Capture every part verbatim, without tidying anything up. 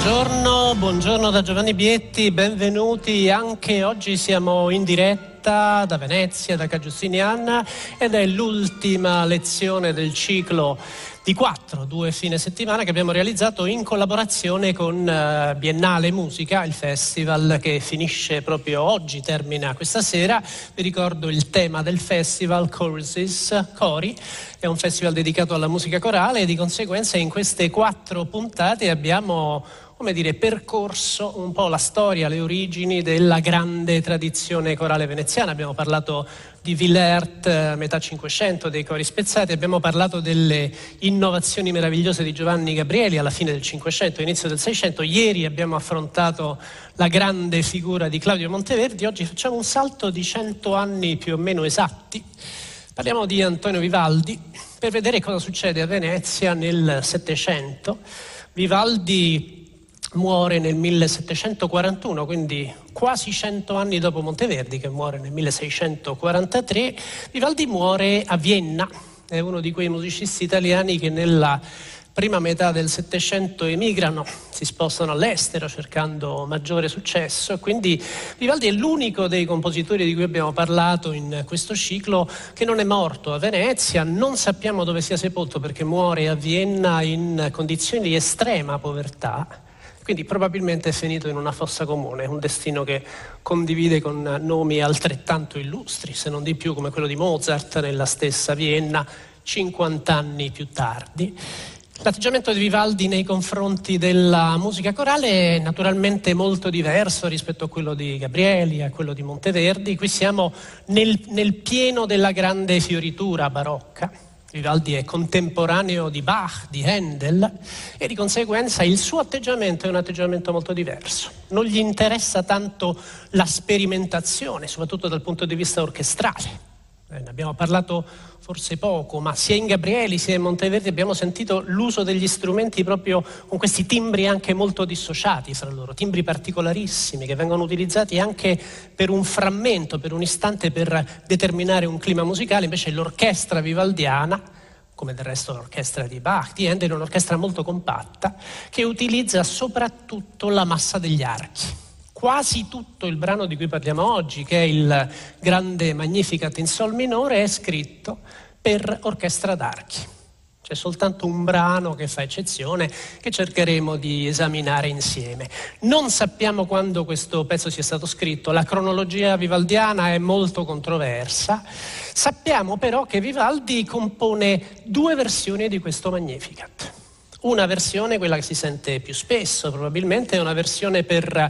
Buongiorno, buongiorno da Giovanni Bietti, benvenuti. Anche oggi siamo in diretta da Venezia, da Ca' Giustiniana, ed è l'ultima lezione del ciclo di quattro, due fine settimana che abbiamo realizzato in collaborazione con uh, Biennale Musica, il festival che finisce proprio oggi, termina questa sera. Vi ricordo il tema del festival, Choruses, Cori, è un festival dedicato alla musica corale e di conseguenza in queste quattro puntate abbiamo, come dire, percorso un po' la storia, le origini della grande tradizione corale veneziana. Abbiamo parlato di Willaert, metà Cinquecento, dei cori spezzati, abbiamo parlato delle innovazioni meravigliose di Giovanni Gabrieli alla fine del Cinquecento, inizio del Seicento. Ieri abbiamo affrontato la grande figura di Claudio Monteverdi. Oggi facciamo un salto di cento anni più o meno esatti. Parliamo di Antonio Vivaldi per vedere cosa succede a Venezia nel Settecento. Vivaldi muore nel millesettecentoquarantuno, quindi quasi cento anni dopo Monteverdi, che muore nel milleseicentoquarantatré. Vivaldi muore a Vienna, è uno di quei musicisti italiani che nella prima metà del Settecento emigrano, si spostano all'estero cercando maggiore successo, e quindi Vivaldi è l'unico dei compositori di cui abbiamo parlato in questo ciclo che non è morto a Venezia. Non sappiamo dove sia sepolto perché muore a Vienna in condizioni di estrema povertà. Quindi probabilmente è finito in una fossa comune, un destino che condivide con nomi altrettanto illustri, se non di più, come quello di Mozart nella stessa Vienna, cinquanta anni più tardi. L'atteggiamento di Vivaldi nei confronti della musica corale è naturalmente molto diverso rispetto a quello di Gabrieli, a quello di Monteverdi. Qui siamo nel, nel pieno della grande fioritura barocca. Vivaldi è contemporaneo di Bach, di Handel, e di conseguenza il suo atteggiamento è un atteggiamento molto diverso. Non gli interessa tanto la sperimentazione, soprattutto dal punto di vista orchestrale. Eh, ne abbiamo parlato forse poco, ma sia in Gabrieli sia in Monteverdi abbiamo sentito l'uso degli strumenti proprio con questi timbri anche molto dissociati fra loro, timbri particolarissimi che vengono utilizzati anche per un frammento, per un istante, per determinare un clima musicale. Invece l'orchestra vivaldiana, come del resto l'orchestra di Bach, di Handel, è un'orchestra molto compatta che utilizza soprattutto la massa degli archi. Quasi tutto il brano di cui parliamo oggi, che è il grande Magnificat in sol minore, è scritto per orchestra d'archi. C'è soltanto un brano che fa eccezione, che cercheremo di esaminare insieme. Non sappiamo quando questo pezzo sia stato scritto, la cronologia vivaldiana è molto controversa. Sappiamo però che Vivaldi compone due versioni di questo Magnificat. Una versione, quella che si sente più spesso probabilmente, è una versione per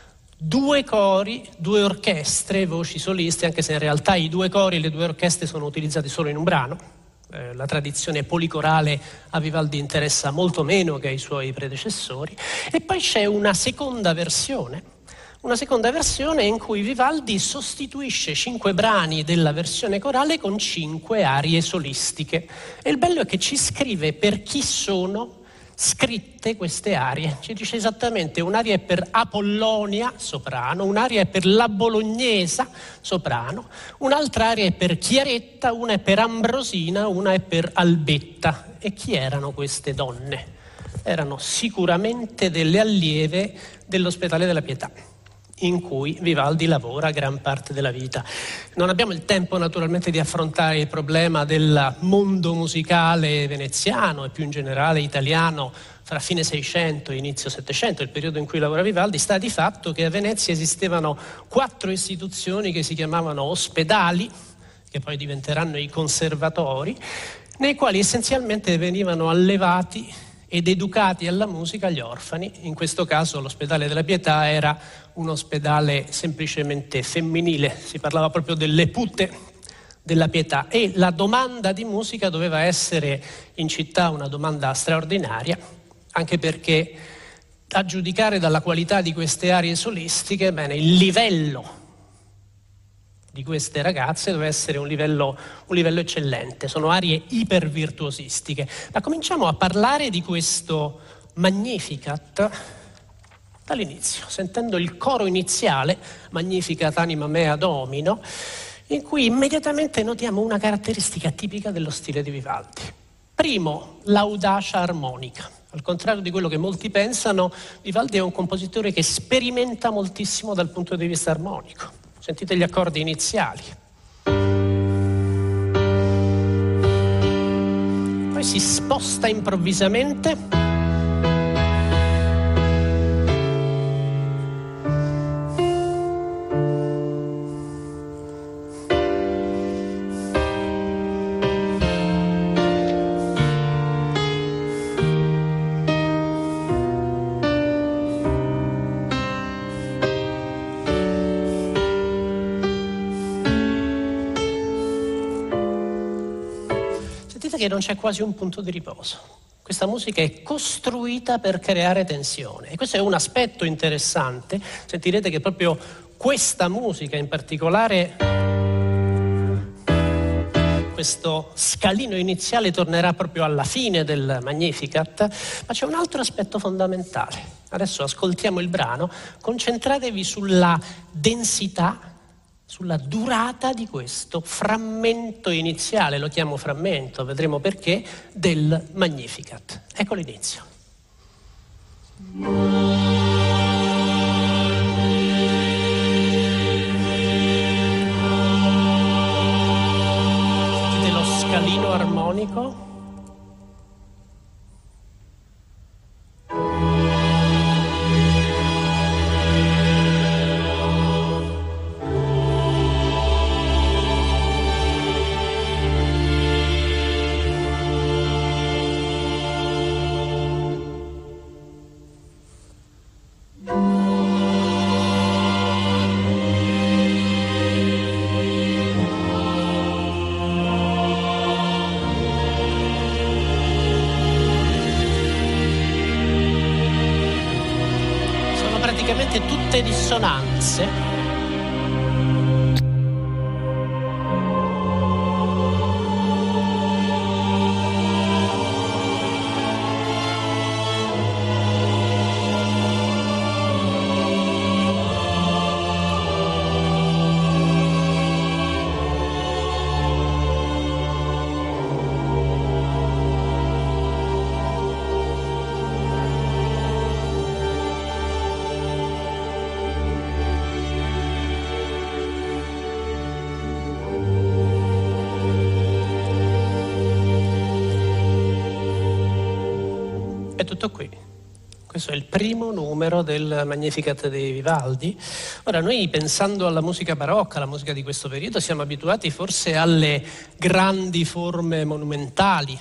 due cori, due orchestre, voci soliste, anche se in realtà i due cori e le due orchestre sono utilizzati solo in un brano. Eh, la tradizione policorale a Vivaldi interessa molto meno che ai suoi predecessori. E poi c'è una seconda versione, una seconda versione in cui Vivaldi sostituisce cinque brani della versione corale con cinque arie solistiche. E il bello è che ci scrive per chi sono scritte queste arie. Ci dice esattamente: un'aria è per Apollonia, soprano, un'aria è per la Bolognesa, soprano, un'altra aria è per Chiaretta, una è per Ambrosina, una è per Albetta. E chi erano queste donne? Erano sicuramente delle allieve dell'Ospedale della Pietà, in cui Vivaldi lavora gran parte della vita. Non abbiamo il tempo naturalmente di affrontare il problema del mondo musicale veneziano e più in generale italiano fra fine Seicento e inizio Settecento, il periodo in cui lavora Vivaldi. Sta di fatto che a Venezia esistevano quattro istituzioni che si chiamavano ospedali, che poi diventeranno i conservatori, nei quali essenzialmente venivano allevati ed educati alla musica gli orfani. In questo caso l'Ospedale della Pietà era un ospedale semplicemente femminile, si parlava proprio delle putte della Pietà, e la domanda di musica doveva essere in città una domanda straordinaria, anche perché a giudicare dalla qualità di queste arie solistiche, bene, il livello di queste ragazze deve essere un livello, un livello eccellente, sono arie ipervirtuosistiche. Ma cominciamo a parlare di questo Magnificat dall'inizio, sentendo il coro iniziale, Magnificat anima mea Domino, in cui immediatamente notiamo una caratteristica tipica dello stile di Vivaldi. Primo, l'audacia armonica. Al contrario di quello che molti pensano, Vivaldi è un compositore che sperimenta moltissimo dal punto di vista armonico. Sentite gli accordi iniziali. Poi si sposta improvvisamente che non c'è quasi un punto di riposo. Questa musica è costruita per creare tensione e questo è un aspetto interessante. Sentirete che proprio questa musica in particolare, questo scalino iniziale tornerà proprio alla fine del Magnificat, ma c'è un altro aspetto fondamentale. Adesso ascoltiamo il brano, concentratevi sulla densità, sulla durata di questo frammento iniziale, lo chiamo frammento, vedremo perché, del Magnificat. Ecco l'inizio. Sentite lo scalino armonico? Praticamente tutte dissonanze. È tutto qui. Questo è il primo numero del Magnificat di Vivaldi. Ora, noi pensando alla musica barocca, alla musica di questo periodo, siamo abituati forse alle grandi forme monumentali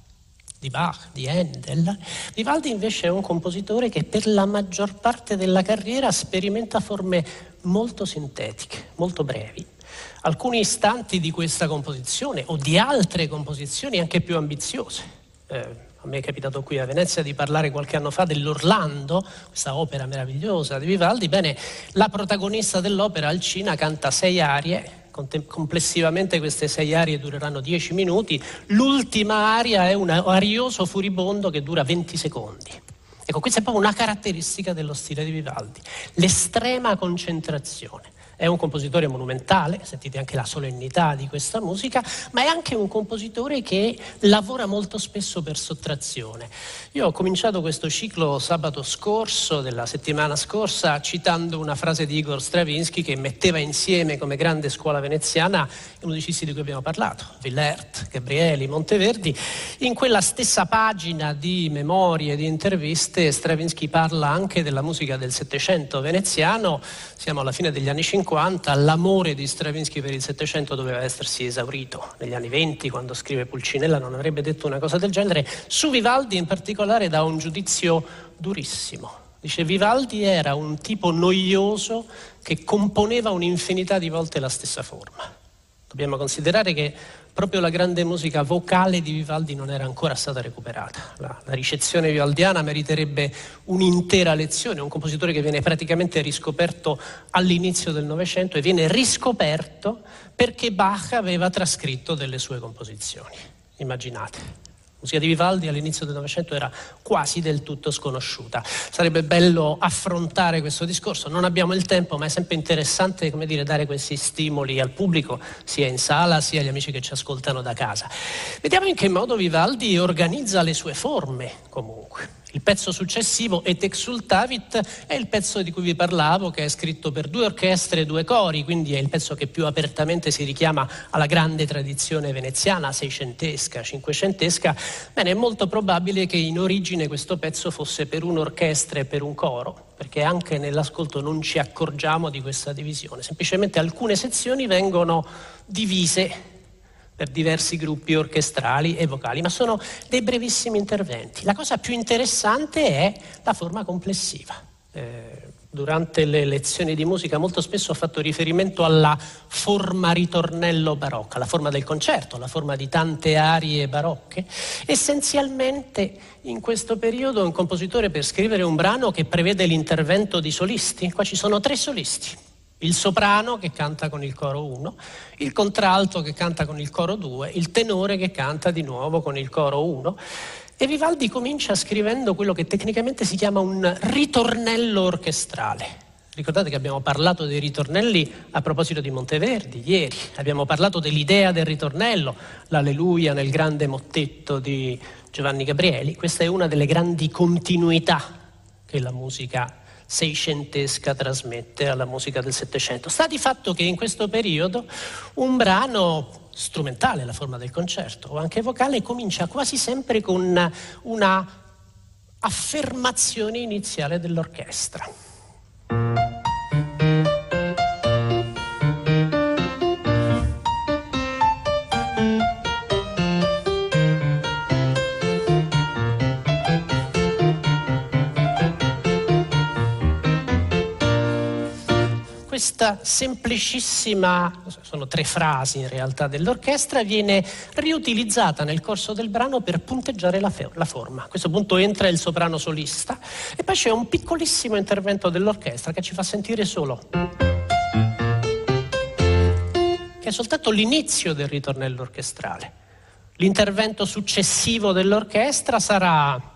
di Bach, di Handel. Vivaldi invece è un compositore che per la maggior parte della carriera sperimenta forme molto sintetiche, molto brevi. Alcuni istanti di questa composizione o di altre composizioni anche più ambiziose. Eh, A me è capitato qui a Venezia di parlare qualche anno fa dell'Orlando, questa opera meravigliosa di Vivaldi. Bene, la protagonista dell'opera, Alcina, canta sei arie, complessivamente queste sei arie dureranno dieci minuti, l'ultima aria è un arioso furibondo che dura venti secondi. Ecco, questa è proprio una caratteristica dello stile di Vivaldi, l'estrema concentrazione. È un compositore monumentale, sentite anche la solennità di questa musica, ma è anche un compositore che lavora molto spesso per sottrazione. Io ho cominciato questo ciclo sabato scorso, della settimana scorsa, citando una frase di Igor Stravinsky che metteva insieme come grande scuola veneziana i musicisti di cui abbiamo parlato, Villert, Gabrieli, Monteverdi. In quella stessa pagina di memorie, di interviste, Stravinsky parla anche della musica del Settecento veneziano. Siamo alla fine degli anni cinquanta. L'amore di Stravinsky per il Settecento doveva essersi esaurito negli anni venti, quando scrive Pulcinella non avrebbe detto una cosa del genere. Su Vivaldi in particolare dà un giudizio durissimo. Dice: Vivaldi era un tipo noioso che componeva un'infinità di volte la stessa forma. Dobbiamo considerare che proprio la grande musica vocale di Vivaldi non era ancora stata recuperata. La, la ricezione vivaldiana meriterebbe un'intera lezione, un compositore che viene praticamente riscoperto all'inizio del Novecento e viene riscoperto perché Bach aveva trascritto delle sue composizioni. Immaginate. La musica di Vivaldi all'inizio del Novecento era quasi del tutto sconosciuta. Sarebbe bello affrontare questo discorso, non abbiamo il tempo, ma è sempre interessante, come dire, dare questi stimoli al pubblico, sia in sala sia agli amici che ci ascoltano da casa. Vediamo in che modo Vivaldi organizza le sue forme, comunque. Il pezzo successivo, Et exultavit, è il pezzo di cui vi parlavo, che è scritto per due orchestre e due cori, quindi è il pezzo che più apertamente si richiama alla grande tradizione veneziana, seicentesca, cinquecentesca. Bene, è molto probabile che in origine questo pezzo fosse per un'orchestra e per un coro, perché anche nell'ascolto non ci accorgiamo di questa divisione. Semplicemente alcune sezioni vengono divise per diversi gruppi orchestrali e vocali, ma sono dei brevissimi interventi. La cosa più interessante è la forma complessiva. Eh, durante le lezioni di musica molto spesso ho fatto riferimento alla forma ritornello barocca, la forma del concerto, la forma di tante arie barocche. Essenzialmente in questo periodo un compositore, per scrivere un brano che prevede l'intervento di solisti, qua ci sono tre solisti. Il soprano che canta con il coro uno, il contralto che canta con il coro due, il tenore che canta di nuovo con il coro uno. E Vivaldi comincia scrivendo quello che tecnicamente si chiama un ritornello orchestrale. Ricordate che abbiamo parlato dei ritornelli a proposito di Monteverdi ieri, abbiamo parlato dell'idea del ritornello, l'Alleluia nel grande mottetto di Giovanni Gabrieli. Questa è una delle grandi continuità che la musica seicentesca trasmette alla musica del Settecento. Sta di fatto che in questo periodo un brano strumentale, la forma del concerto, o anche vocale, comincia quasi sempre con una affermazione iniziale dell'orchestra. Questa semplicissima, sono tre frasi in realtà dell'orchestra, viene riutilizzata nel corso del brano per punteggiare la, fe- la forma. A questo punto entra il soprano solista e poi c'è un piccolissimo intervento dell'orchestra che ci fa sentire solo, che è soltanto l'inizio del ritornello orchestrale. L'intervento successivo dell'orchestra sarà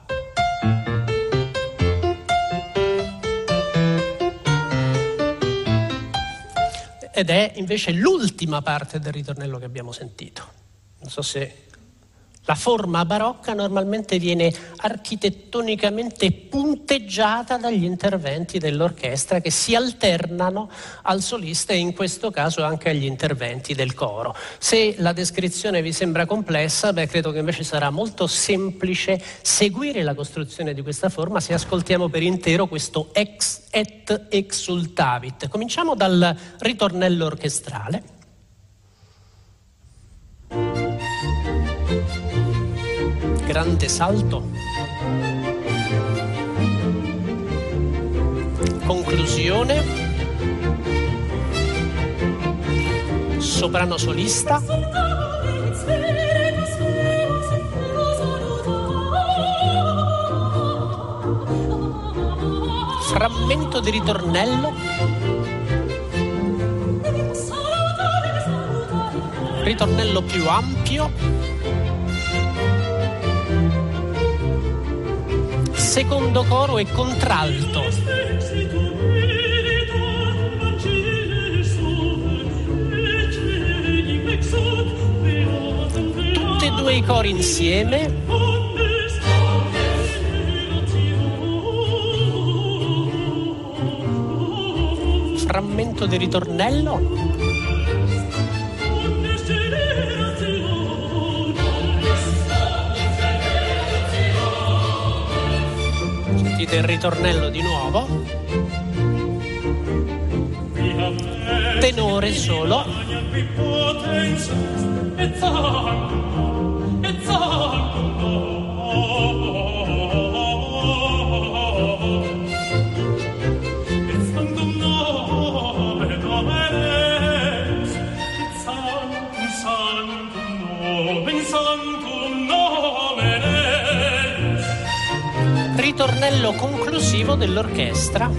ed è invece l'ultima parte del ritornello che abbiamo sentito. Non so se la forma barocca normalmente viene architettonicamente punteggiata dagli interventi dell'orchestra che si alternano al solista e in questo caso anche agli interventi del coro. Se la descrizione vi sembra complessa, beh, credo che invece sarà molto semplice seguire la costruzione di questa forma se ascoltiamo per intero questo ex et exultavit. Cominciamo dal ritornello orchestrale. Grande salto, conclusione, soprano solista, frammento di ritornello, ritornello più ampio, secondo coro e contralto. Tutti e due i cori insieme. Frammento di ritornello. Sentite il ritornello di nuovo. Tenore solo. Ritornello conclusivo dell'orchestra.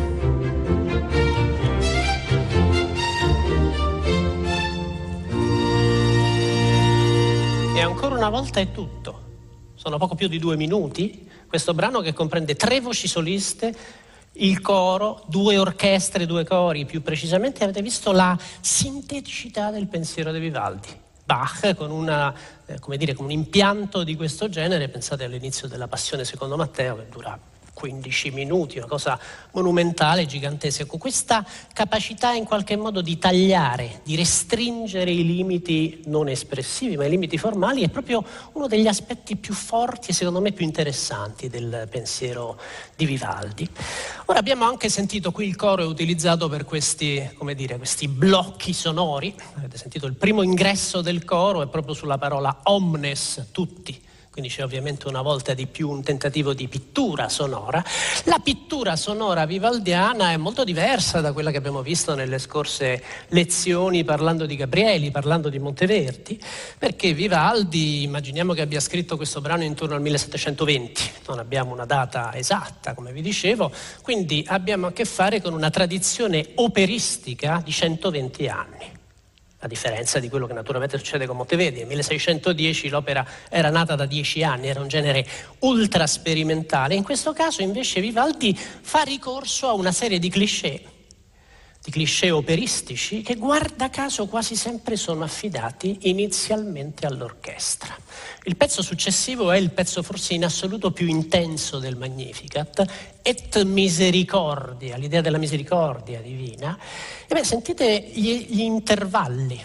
E ancora una volta è tutto. sono poco più di due minuti, questo brano che comprende tre voci soliste, il coro, due orchestre, due cori, più precisamente avete visto la sinteticità del pensiero di Vivaldi. Bach con, una, eh, come dire, con un impianto di questo genere, pensate all'inizio della Passione secondo Matteo che dura quindici minuti, una cosa monumentale, gigantesca, con questa capacità in qualche modo di tagliare, di restringere i limiti non espressivi, ma i limiti formali, è proprio uno degli aspetti più forti e secondo me più interessanti del pensiero di Vivaldi. Ora abbiamo anche sentito qui il coro è utilizzato per questi, come dire, questi blocchi sonori. Avete sentito il primo ingresso del coro è proprio sulla parola omnes, tutti. Quindi c'è ovviamente una volta di più un tentativo di pittura sonora. La pittura sonora vivaldiana è molto diversa da quella che abbiamo visto nelle scorse lezioni parlando di Gabrieli, parlando di Monteverdi, perché Vivaldi, immaginiamo che abbia scritto questo brano intorno al millesettecentoventi, non abbiamo una data esatta, come vi dicevo, quindi abbiamo a che fare con una tradizione operistica di centoventi anni. A differenza di quello che naturalmente succede con Monteverdi, nel milleseicentodieci l'opera era nata da dieci anni, era un genere ultra sperimentale. In questo caso invece Vivaldi fa ricorso a una serie di cliché, di cliché operistici che guarda caso quasi sempre sono affidati inizialmente all'orchestra. Il pezzo successivo è il pezzo forse in assoluto più intenso del Magnificat, Et Misericordia, l'idea della misericordia divina. E beh, sentite gli, gli intervalli.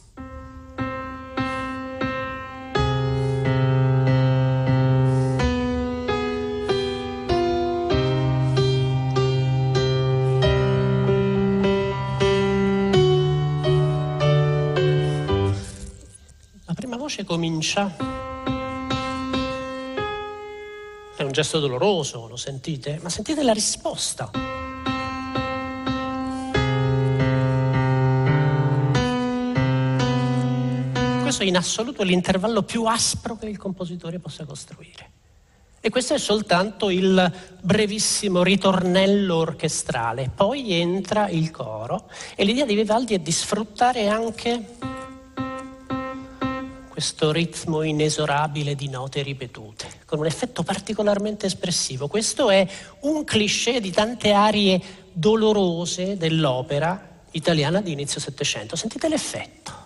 La prima voce comincia. È un gesto doloroso, lo sentite? Ma sentite la risposta. Questo è in assoluto l'intervallo più aspro che il compositore possa costruire. E questo è soltanto il brevissimo ritornello orchestrale. Poi entra il coro e l'idea di Vivaldi è di sfruttare anche questo ritmo inesorabile di note ripetute, con un effetto particolarmente espressivo. Questo è un cliché di tante arie dolorose dell'opera italiana di inizio Settecento. Sentite l'effetto.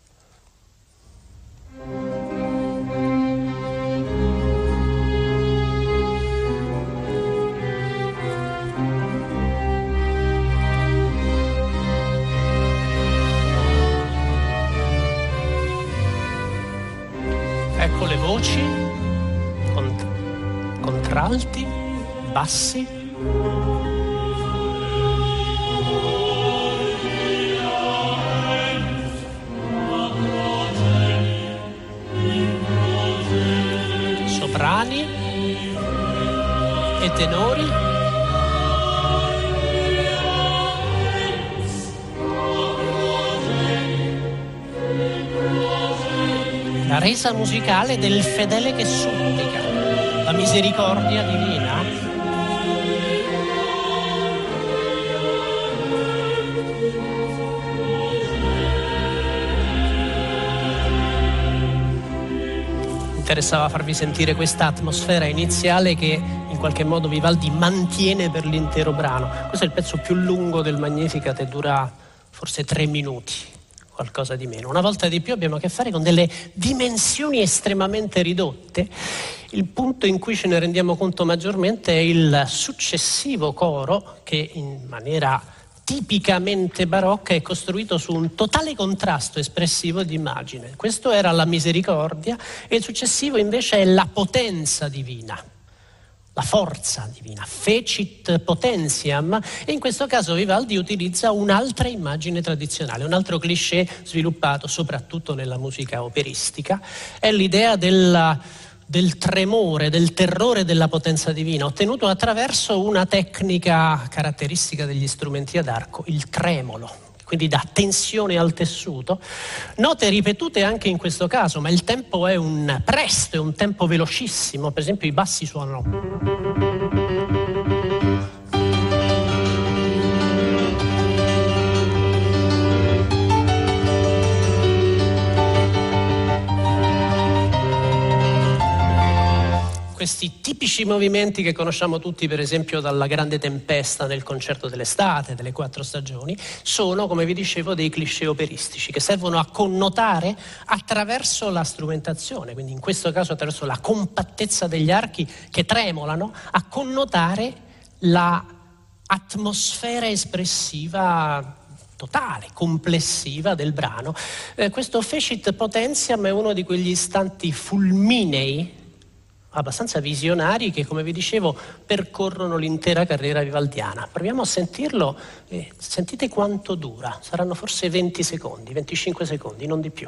Ecco le voci, cont- contralti, bassi. Soprani e tenori. La resa musicale del fedele che supplica, la misericordia divina. Interessava farvi sentire questa atmosfera iniziale che in qualche modo Vivaldi mantiene per l'intero brano. Questo è il pezzo più lungo del Magnificat e dura forse tre minuti. Qualcosa di meno. Una volta di più abbiamo a che fare con delle dimensioni estremamente ridotte. Il punto in cui ce ne rendiamo conto maggiormente è il successivo coro che in maniera tipicamente barocca è costruito su un totale contrasto espressivo di immagine. Questo era la misericordia e il successivo invece è la potenza divina. La forza divina, fecit potentiam, e in questo caso Vivaldi utilizza un'altra immagine tradizionale, un altro cliché sviluppato soprattutto nella musica operistica, è l'idea della, del tremore, del terrore della potenza divina, ottenuto attraverso una tecnica caratteristica degli strumenti ad arco, il tremolo. Quindi dà tensione al tessuto, note ripetute anche in questo caso, ma il tempo è un presto, è un tempo velocissimo. Per esempio i bassi suonano. questi tipici movimenti che conosciamo tutti, per esempio dalla Grande Tempesta nel concerto dell'estate, delle quattro stagioni, sono, come vi dicevo, dei cliché operistici che servono a connotare attraverso la strumentazione, quindi in questo caso attraverso la compattezza degli archi che tremolano, a connotare la atmosfera espressiva totale, complessiva del brano. Eh, questo Fecit Potentiam è uno di quegli istanti fulminei, abbastanza visionari, che, come vi dicevo, percorrono l'intera carriera vivaldiana. Proviamo a sentirlo e sentite quanto dura. Saranno forse venti secondi, venticinque secondi, non di più.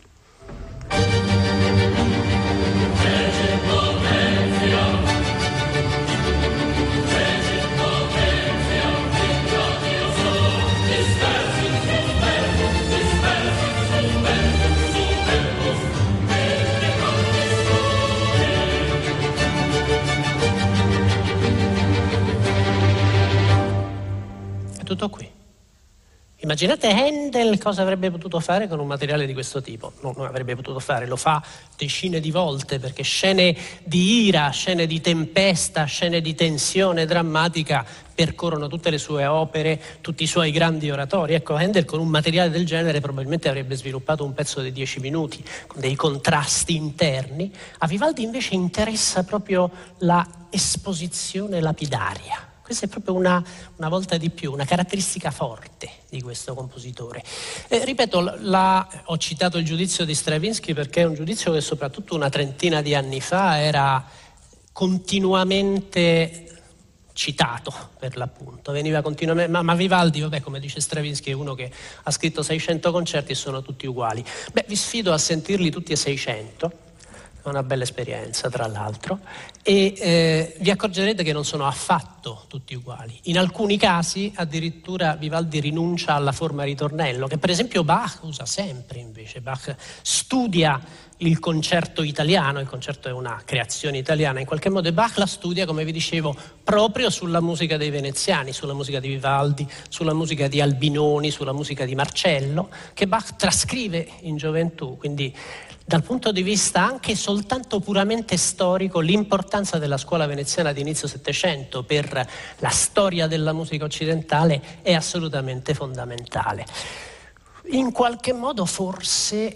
Tutto qui. Immaginate Handel cosa avrebbe potuto fare con un materiale di questo tipo. Non, non avrebbe potuto fare, lo fa decine di volte, perché scene di ira, scene di tempesta, scene di tensione drammatica percorrono tutte le sue opere, tutti i suoi grandi oratori. Ecco, Handel con un materiale del genere probabilmente avrebbe sviluppato un pezzo di dieci minuti, con dei contrasti interni. A Vivaldi invece interessa proprio la esposizione lapidaria. Questa è proprio una, una volta di più, una caratteristica forte di questo compositore. Eh, ripeto, la, ho citato il giudizio di Stravinsky perché è un giudizio che soprattutto una trentina di anni fa era continuamente citato, per l'appunto. Veniva continuamente, ma, ma Vivaldi, vabbè, come dice Stravinsky, è uno che ha scritto seicento concerti e sono tutti uguali. Beh, vi sfido a sentirli tutti e seicento. È una bella esperienza, tra l'altro, e eh, vi accorgerete che non sono affatto tutti uguali. In alcuni casi addirittura Vivaldi rinuncia alla forma ritornello, che per esempio Bach usa sempre invece. Bach studia il concerto italiano, il concerto è una creazione italiana in qualche modo, e Bach la studia, come vi dicevo, proprio sulla musica dei veneziani, sulla musica di Vivaldi, sulla musica di Albinoni, sulla musica di Marcello, che Bach trascrive in gioventù. Quindi dal punto di vista anche soltanto puramente storico, l'importanza della scuola veneziana di inizio Settecento per la storia della musica occidentale è assolutamente fondamentale. In qualche modo forse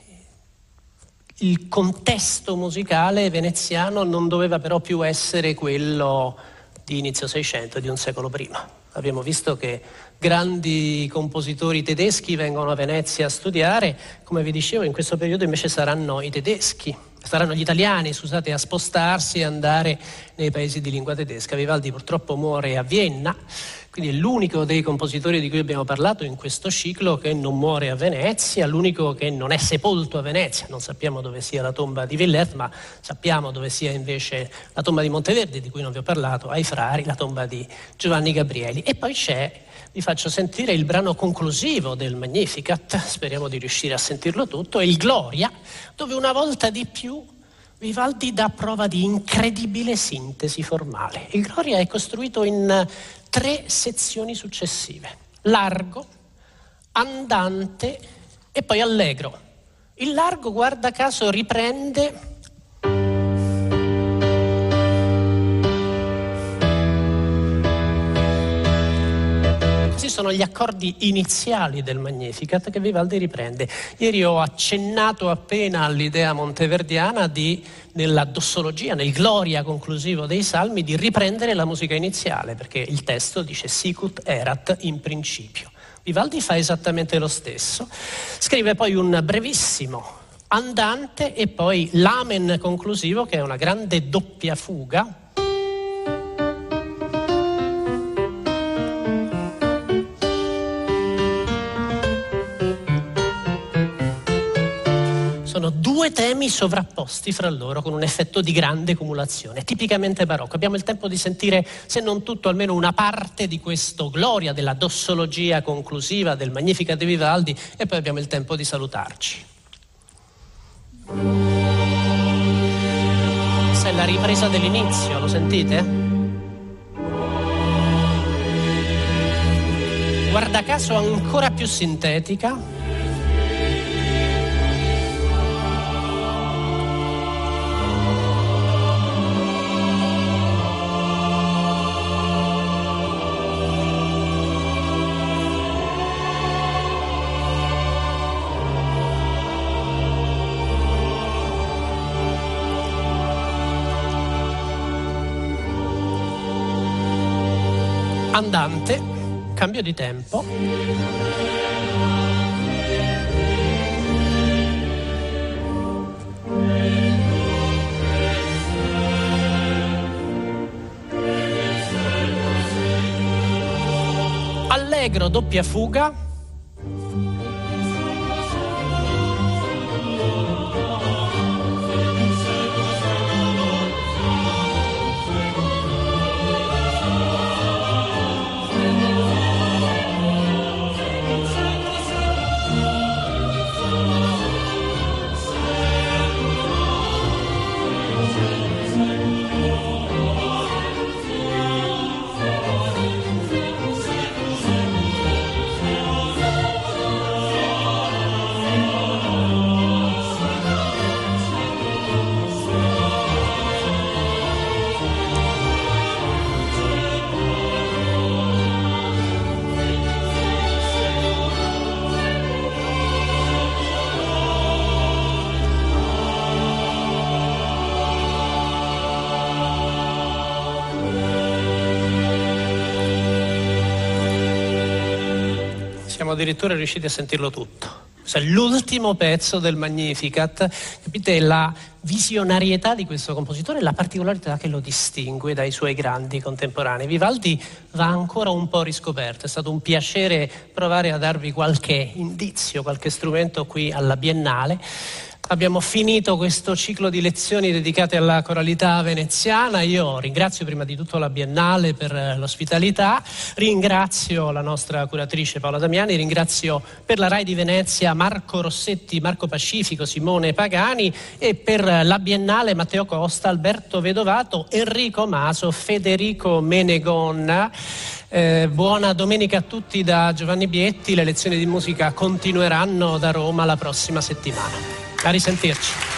il contesto musicale veneziano non doveva però più essere quello di inizio Seicento, di un secolo prima. Abbiamo visto che grandi compositori tedeschi vengono a Venezia a studiare, come vi dicevo, in questo periodo invece saranno i tedeschi, saranno gli italiani, scusate, a spostarsi e andare nei paesi di lingua tedesca. Vivaldi purtroppo muore a Vienna, quindi è l'unico dei compositori di cui abbiamo parlato in questo ciclo che non muore a Venezia, l'unico che non è sepolto a Venezia. Non sappiamo dove sia la tomba di Villert, ma sappiamo dove sia invece la tomba di Monteverdi, di cui non vi ho parlato, ai Frari, la tomba di Giovanni Gabrieli. E poi c'è, vi faccio sentire il brano conclusivo del Magnificat, speriamo di riuscire a sentirlo tutto, è il Gloria, dove una volta di più Vivaldi dà prova di incredibile sintesi formale. Il Gloria è costruito in tre sezioni successive: largo, andante e poi allegro. Il largo, guarda caso, riprende questi sono gli accordi iniziali del Magnificat che Vivaldi riprende. Ieri ho accennato appena all'idea monteverdiana di, nella dossologia, nel Gloria conclusivo dei Salmi, di riprendere la musica iniziale, perché il testo dice sicut erat in principio. Vivaldi fa esattamente lo stesso. Scrive poi un brevissimo andante e poi l'amen conclusivo, che è una grande doppia fuga. Sono due temi sovrapposti fra loro con un effetto di grande cumulazione, tipicamente barocco. Abbiamo il tempo di sentire, se non tutto, almeno una parte di questo Gloria, della dossologia conclusiva del Magnificat di Vivaldi, e poi abbiamo il tempo di salutarci. Questa è la ripresa dell'inizio, lo sentite? Guarda caso ancora più sintetica. Andante, cambio di tempo. Allegro, doppia fuga. Siamo addirittura riusciti a sentirlo tutto. Questo è l'ultimo pezzo del Magnificat. Capite la visionarietà di questo compositore e la particolarità che lo distingue dai suoi grandi contemporanei. Vivaldi va ancora un po' riscoperto. È stato un piacere provare a darvi qualche indizio, qualche strumento qui alla Biennale. Abbiamo finito questo ciclo di lezioni dedicate alla coralità veneziana. Io ringrazio prima di tutto la Biennale per l'ospitalità, ringrazio la nostra curatrice Paola Damiani, ringrazio per la Rai di Venezia Marco Rossetti, Marco Pacifico, Simone Pagani e per la Biennale Matteo Costa, Alberto Vedovato, Enrico Maso, Federico Menegonna. Eh, buona domenica a tutti da Giovanni Bietti. Le lezioni di musica continueranno da Roma la prossima settimana. A risentirci.